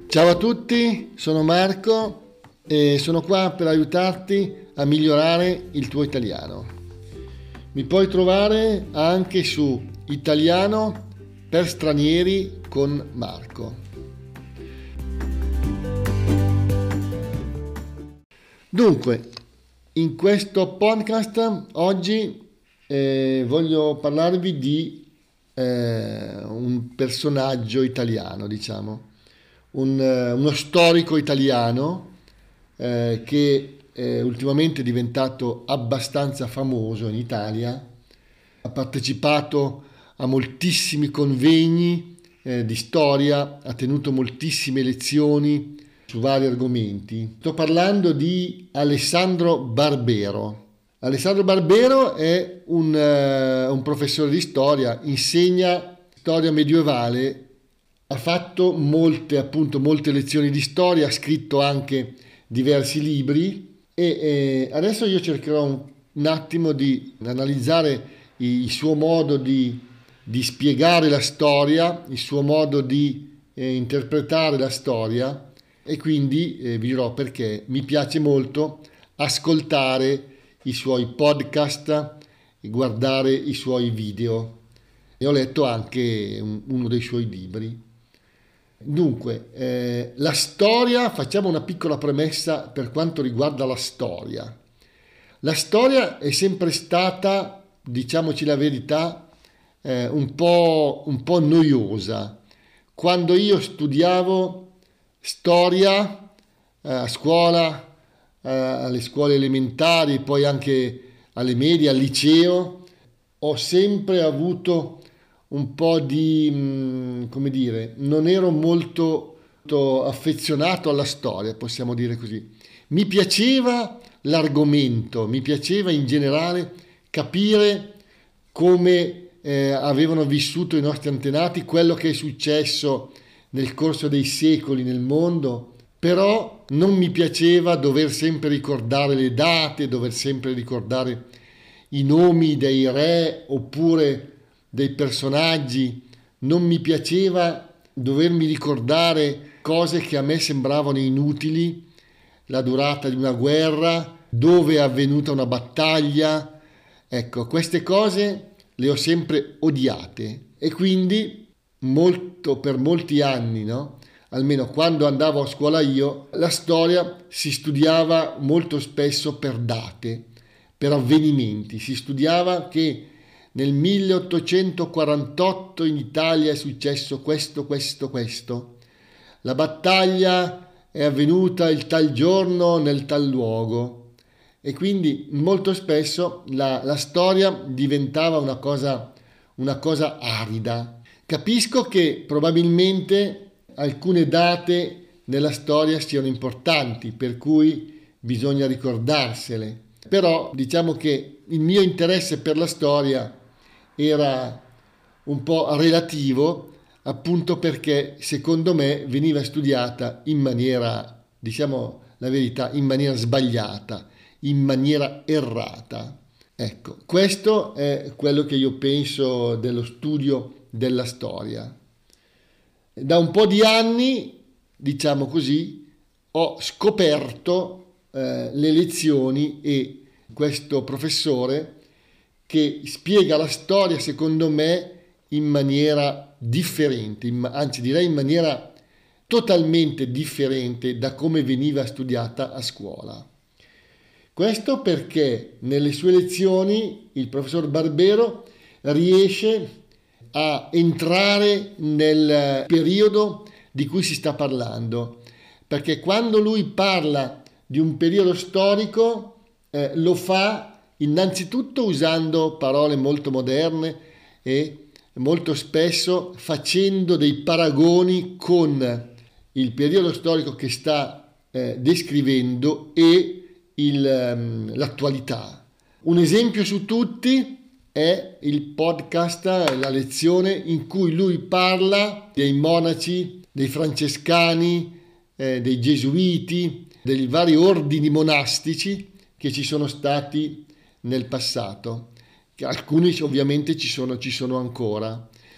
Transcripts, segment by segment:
Ciao a tutti, sono Marco e sono qua per aiutarti a migliorare il tuo italiano. Mi puoi trovare anche su Italiano per stranieri con Marco. Dunque, in questo podcast oggi voglio parlarvi di un personaggio italiano, diciamo. Uno storico italiano che ultimamente è diventato abbastanza famoso in Italia, ha partecipato a moltissimi convegni di storia, ha tenuto moltissime lezioni su vari argomenti. Sto parlando di Alessandro Barbero. Alessandro Barbero è un professore di storia, insegna storia medievale. Ha fatto molte lezioni di storia, ha scritto anche diversi libri e adesso io cercherò un attimo di analizzare il suo modo di spiegare la storia, il suo modo di interpretare la storia e quindi vi dirò perché mi piace molto ascoltare i suoi podcast e guardare i suoi video. E ho letto anche uno dei suoi libri. Dunque, la storia, facciamo una piccola premessa per quanto riguarda la storia. La storia è sempre stata, diciamoci la verità, un po' noiosa. Quando io studiavo storia a scuola, alle scuole elementari, poi anche alle medie, al liceo, ho sempre avuto un po' di, come dire, non ero molto affezionato alla storia, possiamo dire così. Mi piaceva l'argomento, mi piaceva in generale capire come avevano vissuto i nostri antenati, quello che è successo nel corso dei secoli nel mondo, però non mi piaceva dover sempre ricordare le date, dover sempre ricordare i nomi dei re oppure dei personaggi, non mi piaceva dovermi ricordare cose che a me sembravano inutili, la durata di una guerra, dove è avvenuta una battaglia. Ecco, queste cose le ho sempre odiate e quindi per molti anni, no? Almeno quando andavo a scuola io, la storia si studiava molto spesso per date, per avvenimenti. Si studiava che nel 1848 in Italia è successo questo. La battaglia è avvenuta il tal giorno nel tal luogo e quindi molto spesso la storia diventava una cosa arida. Capisco che probabilmente alcune date nella storia siano importanti, per cui bisogna ricordarsele. Però diciamo che il mio interesse per la storia era un po' relativo, appunto perché secondo me veniva studiata in maniera, diciamo la verità, in maniera sbagliata, in maniera errata. Ecco, questo è quello che io penso dello studio della storia. Da un po' di anni, diciamo così, ho scoperto le lezioni e questo professore che spiega la storia secondo me in maniera differente, anzi direi in maniera totalmente differente da come veniva studiata a scuola. Questo perché nelle sue lezioni il professor Barbero riesce a entrare nel periodo di cui si sta parlando, perché quando lui parla di un periodo storico lo fa innanzitutto usando parole molto moderne e molto spesso facendo dei paragoni con il periodo storico che sta descrivendo e l'attualità. Un esempio su tutti è il podcast, la lezione in cui lui parla dei monaci, dei francescani, dei gesuiti, dei vari ordini monastici che ci sono stati nel passato, che alcuni ovviamente ci sono ancora.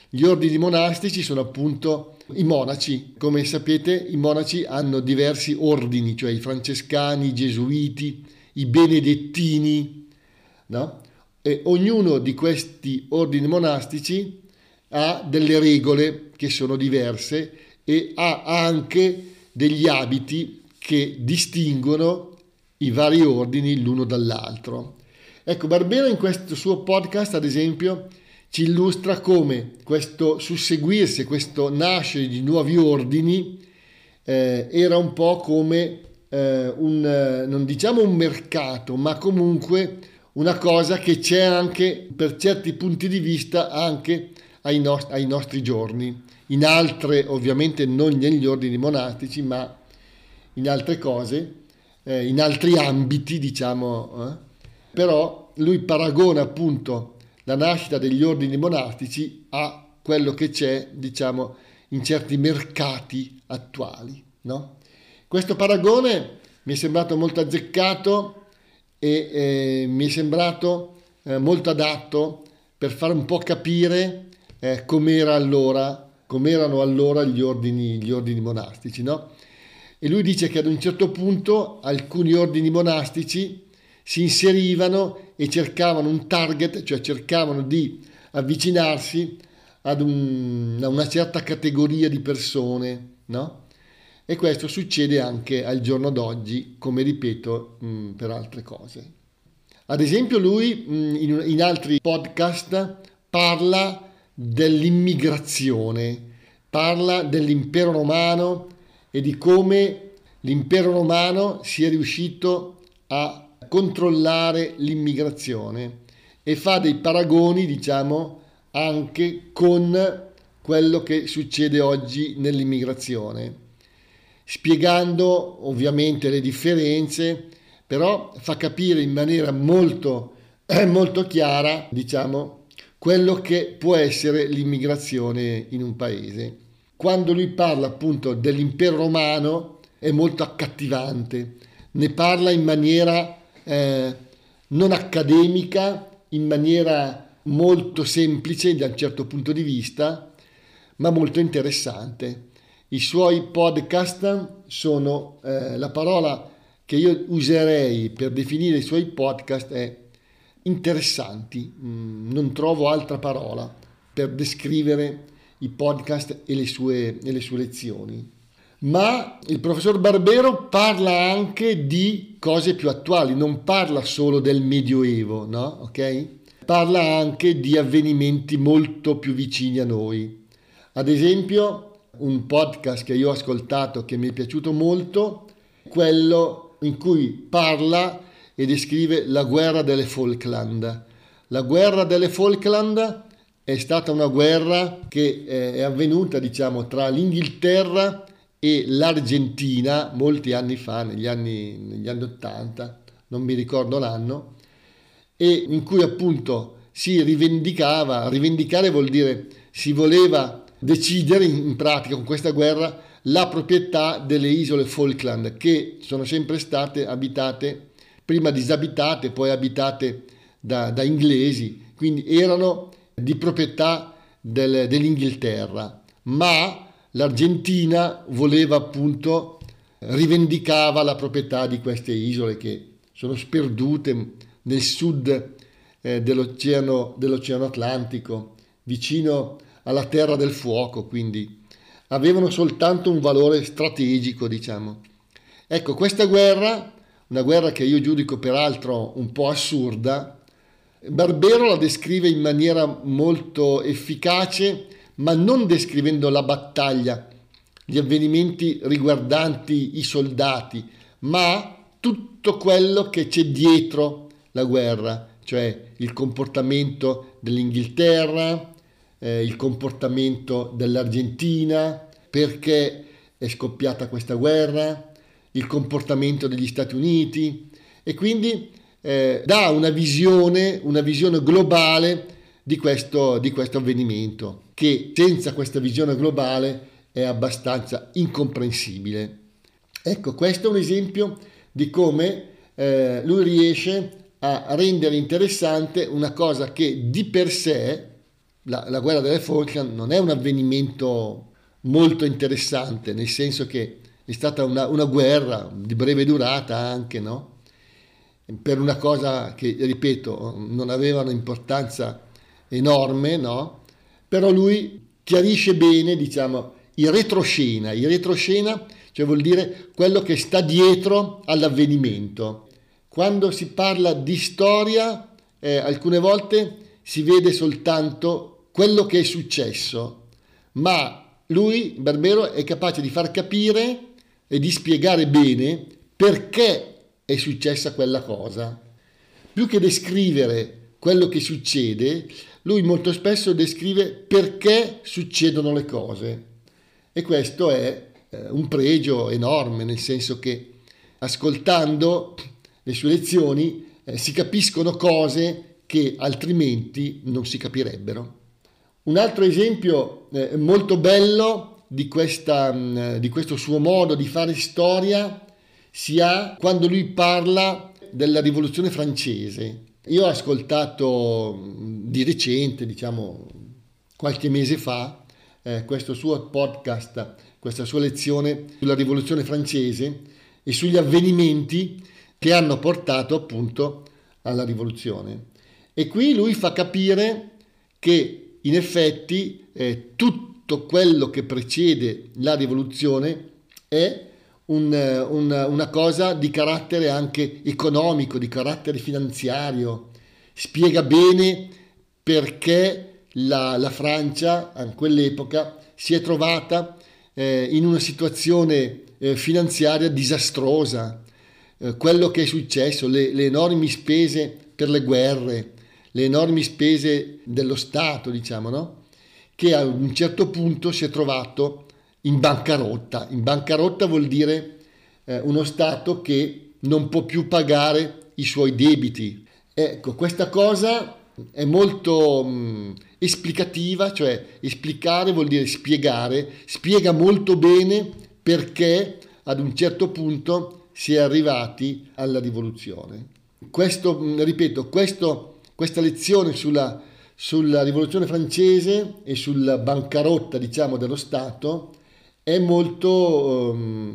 Gli ordini monastici sono appunto i monaci. Come sapete, i monaci hanno diversi ordini, cioè i francescani, i gesuiti, i benedettini, no? E ognuno di questi ordini monastici ha delle regole che sono diverse e ha anche degli abiti che distinguono i vari ordini l'uno dall'altro. Ecco, Barbero in questo suo podcast, ad esempio, ci illustra come questo susseguirsi, questo nascere di nuovi ordini era un po' come non diciamo un mercato, ma comunque una cosa che c'è anche per certi punti di vista anche ai nostri giorni. In altre, ovviamente non negli ordini monastici, ma in altre cose, in altri ambiti, diciamo. Però lui paragona appunto la nascita degli ordini monastici a quello che c'è, diciamo, in certi mercati attuali, no? Questo paragone mi è sembrato molto azzeccato e mi è sembrato molto adatto per fare un po' capire com'erano allora gli ordini monastici, no? E lui dice che ad un certo punto alcuni ordini monastici si inserivano e cercavano un target, cioè cercavano di avvicinarsi a una certa categoria di persone, no? E questo succede anche al giorno d'oggi, come ripeto, per altre cose. Ad esempio lui in altri podcast parla dell'immigrazione, parla dell'impero romano e di come l'impero romano sia riuscito a controllare l'immigrazione e fa dei paragoni, diciamo, anche con quello che succede oggi nell'immigrazione, spiegando ovviamente le differenze, però fa capire in maniera molto, molto chiara, diciamo, quello che può essere l'immigrazione in un paese. Quando lui parla appunto dell'impero romano è molto accattivante, ne parla in maniera non accademica, in maniera molto semplice da un certo punto di vista, ma molto interessante. I suoi podcast sono, la parola che io userei per definire i suoi podcast è interessanti, non trovo altra parola per descrivere i podcast e le sue lezioni. Ma il professor Barbero parla anche di cose più attuali, non parla solo del Medioevo, no? Ok? Parla anche di avvenimenti molto più vicini a noi. Ad esempio, un podcast che io ho ascoltato che mi è piaciuto molto, quello in cui parla e descrive la guerra delle Falkland. La guerra delle Falkland è stata una guerra che è avvenuta, diciamo, tra l'Inghilterra e l'Argentina molti anni fa, negli anni 80, non mi ricordo l'anno, e in cui appunto si rivendicare vuol dire si voleva decidere in pratica con questa guerra la proprietà delle isole Falkland, che sono sempre state abitate, prima disabitate, poi abitate da inglesi, quindi erano di proprietà dell'Inghilterra, ma l'Argentina voleva appunto, rivendicava la proprietà di queste isole che sono sperdute nel sud dell'oceano Atlantico, vicino alla Terra del Fuoco, quindi avevano soltanto un valore strategico, diciamo. Ecco, questa guerra, una guerra che io giudico peraltro un po' assurda, Barbero la descrive in maniera molto efficace, ma non descrivendo la battaglia, gli avvenimenti riguardanti i soldati, ma tutto quello che c'è dietro la guerra, cioè il comportamento dell'Inghilterra, il comportamento dell'Argentina, perché è scoppiata questa guerra, il comportamento degli Stati Uniti, e quindi dà una visione globale di questo avvenimento, che senza questa visione globale è abbastanza incomprensibile. Ecco, questo è un esempio di come lui riesce a rendere interessante una cosa che di per sé la guerra delle Falkland non è un avvenimento molto interessante, nel senso che è stata una guerra di breve durata anche, no? Per una cosa che, ripeto, non aveva un'importanza enorme, no? Però lui chiarisce bene, diciamo, il retroscena. Il retroscena, cioè vuol dire quello che sta dietro all'avvenimento. Quando si parla di storia, alcune volte si vede soltanto quello che è successo, ma lui, Barbero, è capace di far capire e di spiegare bene perché è successa quella cosa. Più che descrivere quello che succede, lui molto spesso descrive perché succedono le cose. E questo è un pregio enorme, nel senso che ascoltando le sue lezioni si capiscono cose che altrimenti non si capirebbero. Un altro esempio molto bello di questo suo modo di fare storia si ha quando lui parla della Rivoluzione francese. Io ho ascoltato di recente, diciamo qualche mese fa, questo suo podcast, questa sua lezione sulla Rivoluzione francese e sugli avvenimenti che hanno portato appunto alla rivoluzione. E qui lui fa capire che in effetti tutto quello che precede la rivoluzione è una cosa di carattere anche economico, di carattere finanziario. Spiega bene perché la Francia a quell'epoca si è trovata in una situazione finanziaria disastrosa. Quello che è successo, le enormi spese per le guerre, le enormi spese dello Stato, diciamo, no? Che a un certo punto si è trovato in bancarotta. In bancarotta vuol dire uno Stato che non può più pagare i suoi debiti. Ecco, questa cosa è molto esplicativa, cioè esplicare vuol dire spiegare, spiega molto bene perché ad un certo punto si è arrivati alla rivoluzione. Questo, ripeto, questa lezione sulla rivoluzione francese e sulla bancarotta, diciamo, dello Stato è molto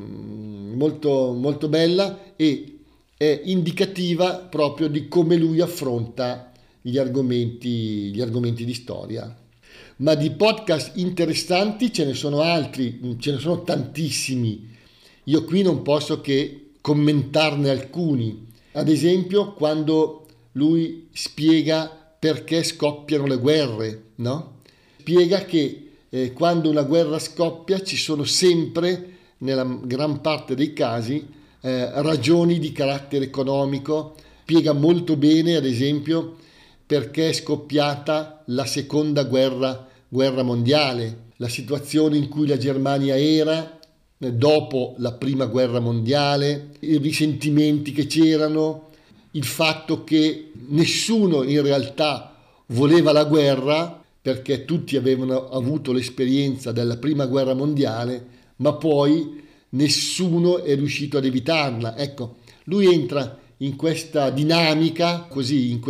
bella e è indicativa proprio di come lui affronta gli argomenti di storia. Ma di podcast interessanti ce ne sono altri, ce ne sono tantissimi. Io qui non posso che commentarne alcuni. Ad esempio, quando lui spiega perché scoppiano le guerre, no? Spiega che quando una guerra scoppia ci sono sempre, nella gran parte dei casi, ragioni di carattere economico. Spiega molto bene, ad esempio, perché è scoppiata la seconda guerra mondiale, la situazione in cui la Germania era dopo la prima guerra mondiale, i risentimenti che c'erano, il fatto che nessuno in realtà voleva la guerra perché tutti avevano avuto l'esperienza della prima guerra mondiale, ma poi nessuno è riuscito ad evitarla. Ecco, lui entra in questa dinamica, così, in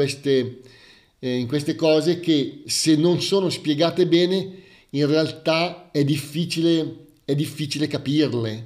queste cose che se non sono spiegate bene, in realtà è difficile capirle.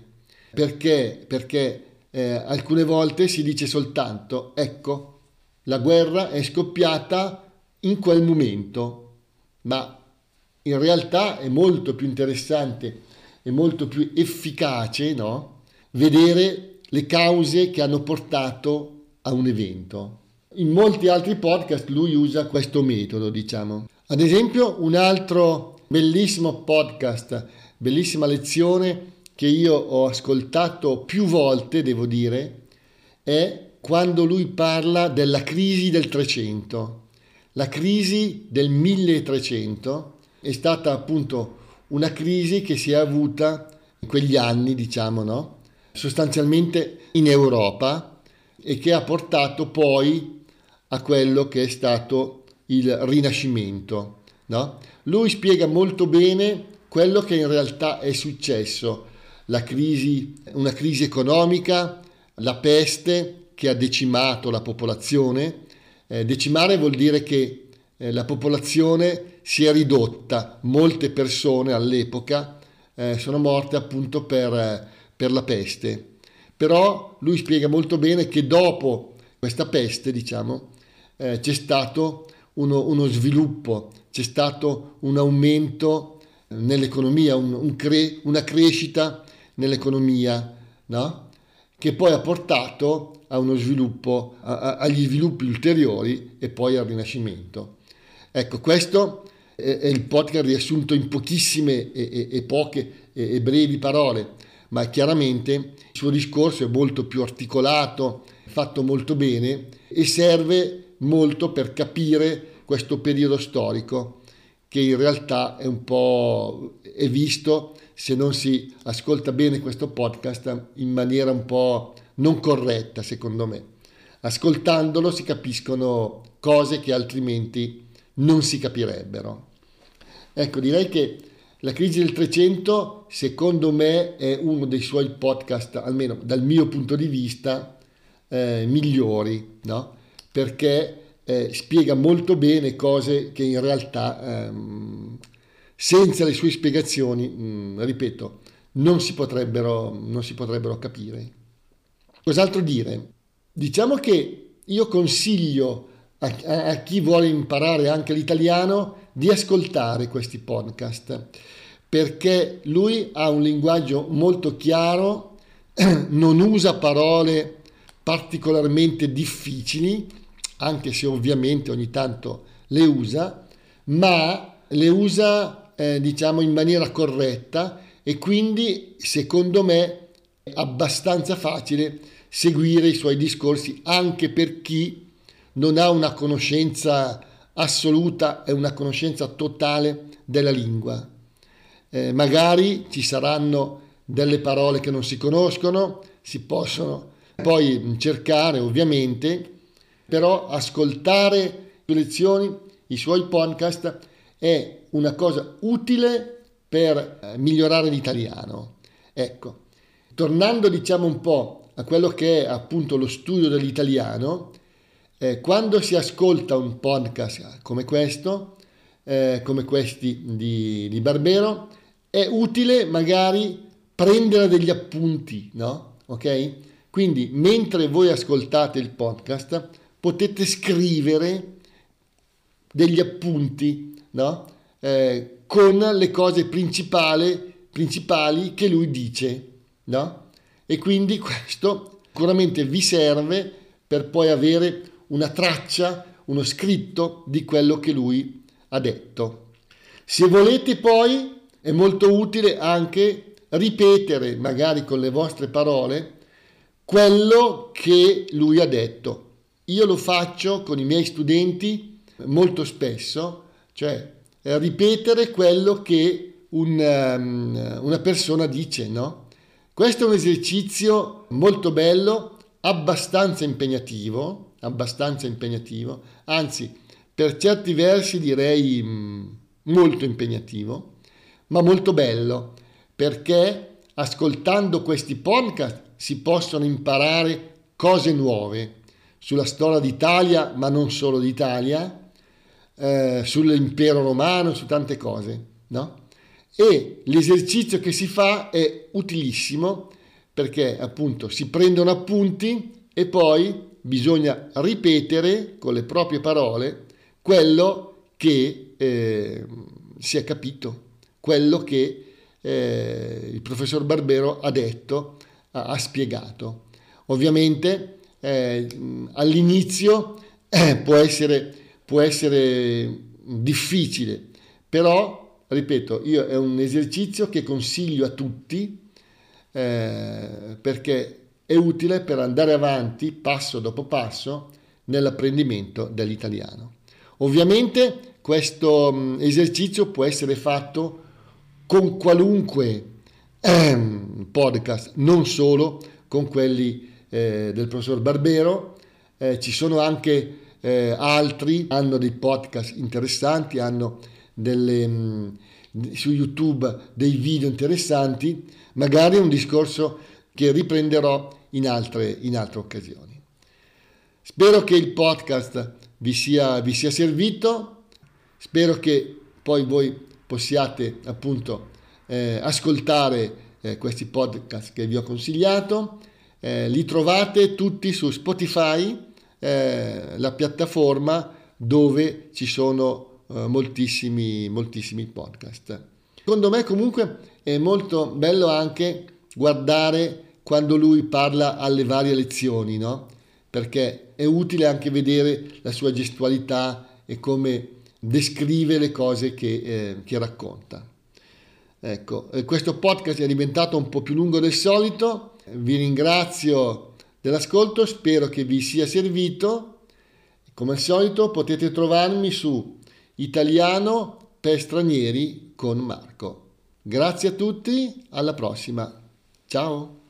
Perché alcune volte si dice soltanto, ecco, la guerra è scoppiata in quel momento, ma in realtà è molto più interessante e molto più efficace, no? Vedere le cause che hanno portato a un evento. In molti altri podcast lui usa questo metodo, diciamo. Ad esempio, un altro bellissimo podcast, bellissima lezione che io ho ascoltato più volte, devo dire, è quando lui parla della crisi del 300. La crisi del 1300 è stata appunto una crisi che si è avuta in quegli anni, diciamo, no? Sostanzialmente in Europa e che ha portato poi a quello che è stato il Rinascimento, no? Lui spiega molto bene quello che in realtà è successo, una crisi economica, la peste che ha decimato la popolazione. Decimare vuol dire che la popolazione si è ridotta, molte persone all'epoca sono morte appunto per la peste. Però lui spiega molto bene che dopo questa peste, diciamo, c'è stato uno sviluppo, c'è stato un aumento nell'economia, una crescita nell'economia, no? Che poi ha portato a uno sviluppo, agli sviluppi ulteriori e poi al Rinascimento. Ecco, questo è il podcast riassunto in pochissime e poche e brevi parole, ma chiaramente il suo discorso è molto più articolato, fatto molto bene e serve molto per capire questo periodo storico che in realtà è visto, se non si ascolta bene questo podcast, in maniera un po' non corretta, secondo me. Ascoltandolo si capiscono cose che altrimenti non si capirebbero. Ecco, direi che La crisi del 300, secondo me, è uno dei suoi podcast, almeno dal mio punto di vista, migliori, no? Perché spiega molto bene cose che in realtà, senza le sue spiegazioni, ripeto, non si potrebbero capire. Cos'altro dire? Diciamo che io consiglio a chi vuole imparare anche l'italiano di ascoltare questi podcast, perché lui ha un linguaggio molto chiaro, non usa parole particolarmente difficili, anche se ovviamente ogni tanto le usa, ma le usa diciamo in maniera corretta e quindi secondo me è abbastanza facile seguire i suoi discorsi anche per chi non ha una conoscenza assoluta e una conoscenza totale della lingua. Magari ci saranno delle parole che non si conoscono, si possono poi cercare ovviamente, però ascoltare le lezioni, i suoi podcast è una cosa utile per migliorare l'italiano. Ecco, tornando diciamo un po' a quello che è appunto lo studio dell'italiano, quando si ascolta un podcast come questo, come questi di Barbero, è utile magari prendere degli appunti, no? Ok? Quindi mentre voi ascoltate il podcast potete scrivere degli appunti, no? Con le cose principali che lui dice, no? E quindi questo sicuramente vi serve per poi avere una traccia, uno scritto di quello che lui ha detto. Se volete poi è molto utile anche ripetere, magari con le vostre parole, quello che lui ha detto. Io lo faccio con i miei studenti molto spesso, cioè ripetere quello che una persona dice, no? Questo è un esercizio molto bello, abbastanza impegnativo, anzi per certi versi direi molto impegnativo, ma molto bello, perché ascoltando questi podcast si possono imparare cose nuove sulla storia d'Italia, ma non solo d'Italia, sull'impero romano, su tante cose, no? E l'esercizio che si fa è utilissimo perché appunto si prendono appunti e poi bisogna ripetere con le proprie parole quello che si è capito, quello che il professor Barbero ha detto, ha spiegato. Ovviamente all'inizio può essere difficile, però ripeto, è un esercizio che consiglio a tutti perché è utile per andare avanti passo dopo passo nell'apprendimento dell'italiano. Ovviamente questo esercizio può essere fatto con qualunque podcast, non solo con quelli del professor Barbero, ci sono anche altri, hanno dei podcast interessanti, hanno su YouTube dei video interessanti, magari un discorso che riprenderò in altre occasioni. Spero che il podcast vi sia servito, Spero che poi voi possiate appunto ascoltare questi podcast che vi ho consigliato. Li trovate tutti su Spotify, la piattaforma dove ci sono moltissimi podcast. Secondo me comunque è molto bello anche guardare quando lui parla alle varie lezioni, no? Perché è utile anche vedere la sua gestualità e come descrive le cose che racconta. Ecco, questo podcast è diventato un po' più lungo del solito. Vi ringrazio dell'ascolto, spero che vi sia servito. Come al solito potete trovarmi su Italiano per stranieri con Marco. Grazie a tutti, alla prossima. Ciao!